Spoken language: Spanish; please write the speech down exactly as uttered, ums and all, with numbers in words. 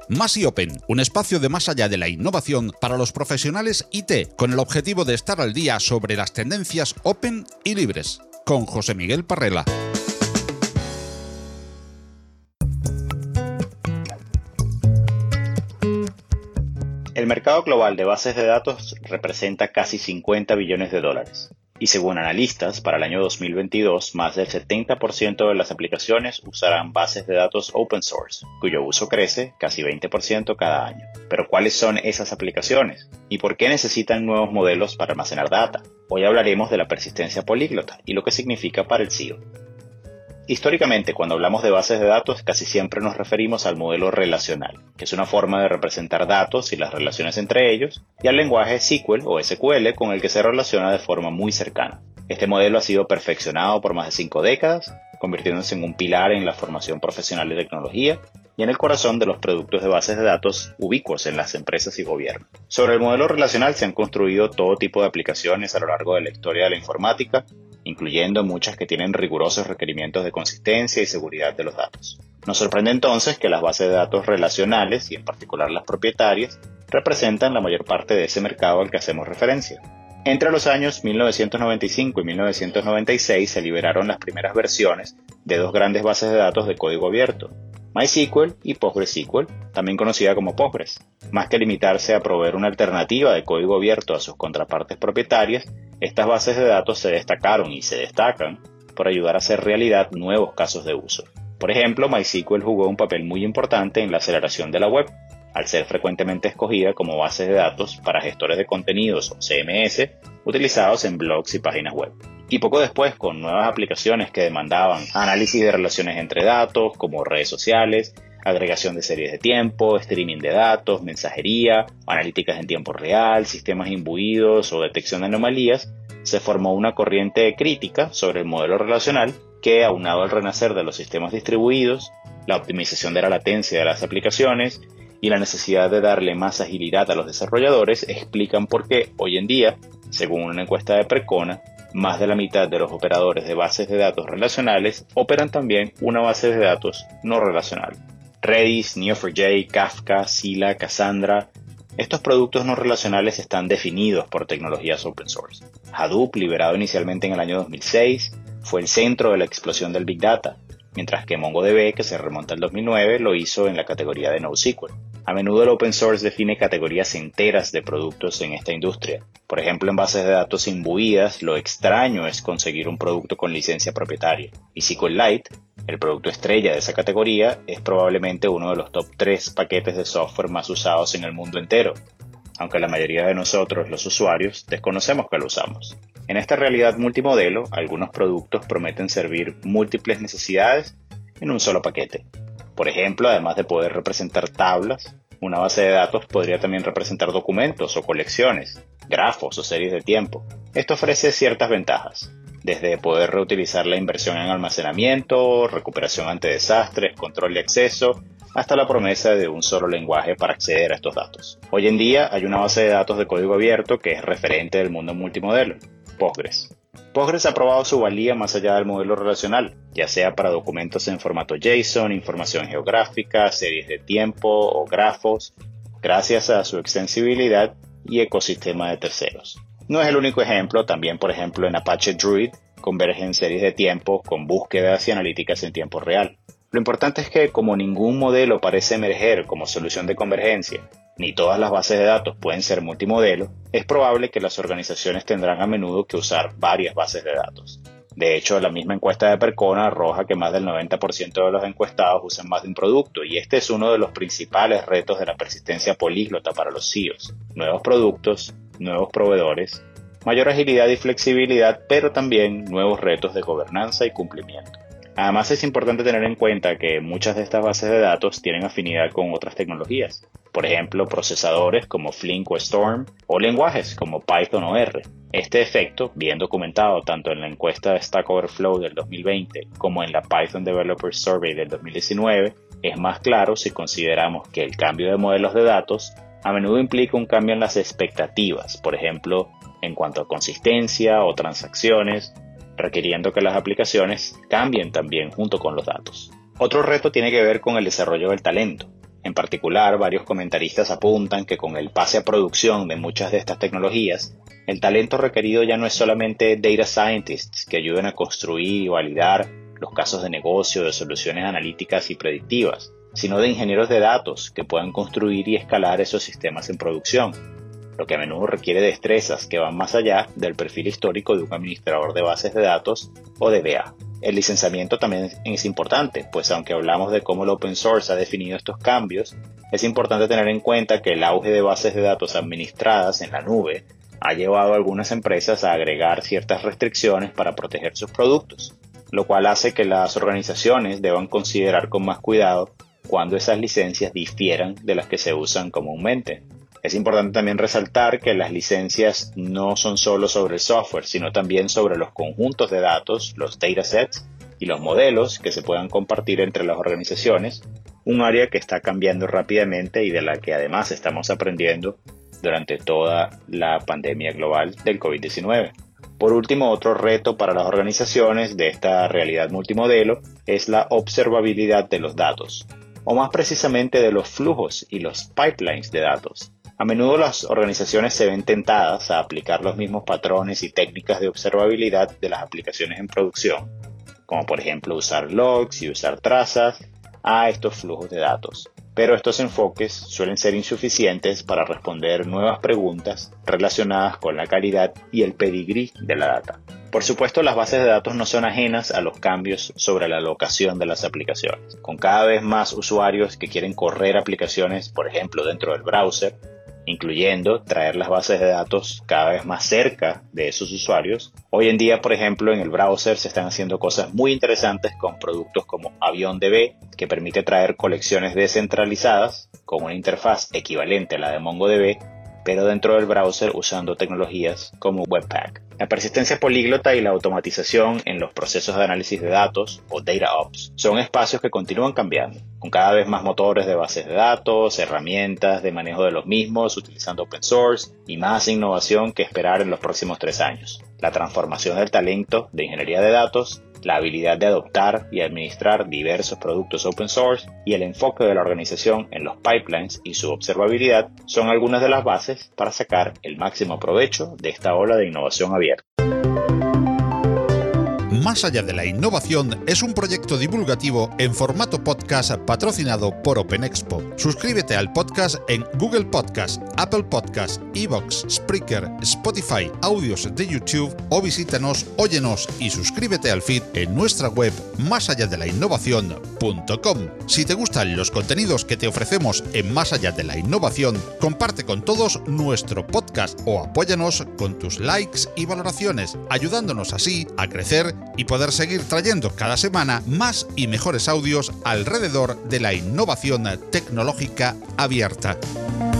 Más y Open, un espacio de más allá de la innovación para los profesionales I T, con el objetivo de estar al día sobre las tendencias open y libres. Con José Miguel Parrela. El mercado global de bases de datos representa casi cincuenta billones de dólares. Y según analistas, para el año dos mil veintidós, más del setenta por ciento de las aplicaciones usarán bases de datos open source, cuyo uso crece casi veinte por ciento cada año. Pero ¿cuáles son esas aplicaciones? ¿Y por qué necesitan nuevos modelos para almacenar data? Hoy hablaremos de la persistencia políglota y lo que significa para el S E O. Históricamente, cuando hablamos de bases de datos, casi siempre nos referimos al modelo relacional, que es una forma de representar datos y las relaciones entre ellos, y al lenguaje S Q L o S Q L con el que se relaciona de forma muy cercana. Este modelo ha sido perfeccionado por más de cinco décadas, convirtiéndose en un pilar en la formación profesional de tecnología y en el corazón de los productos de bases de datos ubicuos en las empresas y gobiernos. Sobre el modelo relacional se han construido todo tipo de aplicaciones a lo largo de la historia de la informática, incluyendo muchas que tienen rigurosos requerimientos de consistencia y seguridad de los datos. Nos sorprende entonces que las bases de datos relacionales, y en particular las propietarias, representan la mayor parte de ese mercado al que hacemos referencia. Entre los años mil novecientos noventa y cinco y mil novecientos noventa y seis se liberaron las primeras versiones de dos grandes bases de datos de código abierto, MySQL y PostgreSQL, también conocida como Postgres. Más que limitarse a proveer una alternativa de código abierto a sus contrapartes propietarias, estas bases de datos se destacaron y se destacan por ayudar a hacer realidad nuevos casos de uso. Por ejemplo, MySQL jugó un papel muy importante en la aceleración de la web, al ser frecuentemente escogida como base de datos para gestores de contenidos o C M S utilizados en blogs y páginas web. Y poco después, con nuevas aplicaciones que demandaban análisis de relaciones entre datos, como redes sociales, agregación de series de tiempo, streaming de datos, mensajería, analíticas en tiempo real, sistemas imbuidos o detección de anomalías, se formó una corriente crítica sobre el modelo relacional que, aunado al renacer de los sistemas distribuidos, la optimización de la latencia de las aplicaciones y la necesidad de darle más agilidad a los desarrolladores, explican por qué hoy en día, según una encuesta de Percona, más de la mitad de los operadores de bases de datos relacionales operan también una base de datos no relacional. Redis, Neo four j, Kafka, Scylla, Cassandra. Estos productos no relacionales están definidos por tecnologías open source. Hadoop, liberado inicialmente en el año dos mil seis, fue el centro de la explosión del Big Data, mientras que MongoDB, que se remonta al dos mil nueve, lo hizo en la categoría de NoSQL. A menudo el open source define categorías enteras de productos en esta industria. Por ejemplo, en bases de datos imbuidas, lo extraño es conseguir un producto con licencia propietaria. Y SQLite, el producto estrella de esa categoría, es probablemente uno de los top tres paquetes de software más usados en el mundo entero, aunque la mayoría de nosotros, los usuarios, desconocemos que lo usamos. En esta realidad multimodelo, algunos productos prometen servir múltiples necesidades en un solo paquete. Por ejemplo, además de poder representar tablas, una base de datos podría también representar documentos o colecciones, grafos o series de tiempo. Esto ofrece ciertas ventajas, desde poder reutilizar la inversión en almacenamiento, recuperación ante desastres, control de acceso, hasta la promesa de un solo lenguaje para acceder a estos datos. Hoy en día hay una base de datos de código abierto que es referente del mundo multimodelo, Postgres. Postgres ha probado su valía más allá del modelo relacional, ya sea para documentos en formato JSON, información geográfica, series de tiempo o grafos, gracias a su extensibilidad y ecosistema de terceros. No es el único ejemplo, también por ejemplo en Apache Druid convergen series de tiempo con búsquedas y analíticas en tiempo real. Lo importante es que como ningún modelo parece emerger como solución de convergencia, ni todas las bases de datos pueden ser multimodelo, es probable que las organizaciones tendrán a menudo que usar varias bases de datos. De hecho, la misma encuesta de Percona arroja que más del noventa por ciento de los encuestados usan más de un producto, y este es uno de los principales retos de la persistencia políglota para los C E Os. Nuevos productos, nuevos proveedores, mayor agilidad y flexibilidad, pero también nuevos retos de gobernanza y cumplimiento. Además, es importante tener en cuenta que muchas de estas bases de datos tienen afinidad con otras tecnologías. Por ejemplo, procesadores como Flink o Storm, o lenguajes como Python o R. Este efecto, bien documentado tanto en la encuesta de Stack Overflow del dos mil veinte como en la Python Developer Survey del dos mil diecinueve, es más claro si consideramos que el cambio de modelos de datos a menudo implica un cambio en las expectativas, por ejemplo, en cuanto a consistencia o transacciones, requiriendo que las aplicaciones cambien también junto con los datos. Otro reto tiene que ver con el desarrollo del talento. En particular, varios comentaristas apuntan que con el pase a producción de muchas de estas tecnologías, el talento requerido ya no es solamente data scientists que ayuden a construir y validar los casos de negocio de soluciones analíticas y predictivas, sino de ingenieros de datos que puedan construir y escalar esos sistemas en producción, lo que a menudo requiere destrezas que van más allá del perfil histórico de un administrador de bases de datos o de D B A. El licenciamiento también es importante, pues aunque hablamos de cómo el open source ha definido estos cambios, es importante tener en cuenta que el auge de bases de datos administradas en la nube ha llevado a algunas empresas a agregar ciertas restricciones para proteger sus productos, lo cual hace que las organizaciones deban considerar con más cuidado cuando esas licencias difieran de las que se usan comúnmente. Es importante también resaltar que las licencias no son solo sobre el software, sino también sobre los conjuntos de datos, los datasets y los modelos que se puedan compartir entre las organizaciones, un área que está cambiando rápidamente y de la que además estamos aprendiendo durante toda la pandemia global del COVID diecinueve. Por último, otro reto para las organizaciones de esta realidad multimodelo es la observabilidad de los datos, o más precisamente de los flujos y los pipelines de datos. A menudo las organizaciones se ven tentadas a aplicar los mismos patrones y técnicas de observabilidad de las aplicaciones en producción, como por ejemplo usar logs y usar trazas a estos flujos de datos. Pero estos enfoques suelen ser insuficientes para responder nuevas preguntas relacionadas con la calidad y el pedigrí de la data. Por supuesto, las bases de datos no son ajenas a los cambios sobre la locación de las aplicaciones. Con cada vez más usuarios que quieren correr aplicaciones, por ejemplo, dentro del browser, incluyendo traer las bases de datos cada vez más cerca de esos usuarios. Hoy en día, por ejemplo, en el browser se están haciendo cosas muy interesantes con productos como AvionDB, que permite traer colecciones descentralizadas con una interfaz equivalente a la de MongoDB, pero dentro del browser usando tecnologías como Webpack. La persistencia políglota y la automatización en los procesos de análisis de datos, o DataOps, son espacios que continúan cambiando, con cada vez más motores de bases de datos, herramientas de manejo de los mismos, utilizando open source y más innovación que esperar en los próximos tres años. La transformación del talento de ingeniería de datos, la habilidad de adoptar y administrar diversos productos open source y el enfoque de la organización en los pipelines y su observabilidad son algunas de las bases para sacar el máximo provecho de esta ola de innovación abierta. Más allá de la innovación es un proyecto divulgativo en formato podcast patrocinado por OpenExpo. Suscríbete al podcast en Google Podcast, Apple Podcast, iVoox, Spreaker, Spotify, audios de YouTube o visítanos, óyenos y suscríbete al feed en nuestra web más allá de la innovación punto com. Si te gustan los contenidos que te ofrecemos en Más allá de la innovación, comparte con todos nuestro podcast o apóyanos con tus likes y valoraciones, ayudándonos así a crecer y poder seguir trayendo cada semana más y mejores audios alrededor de la innovación tecnológica abierta.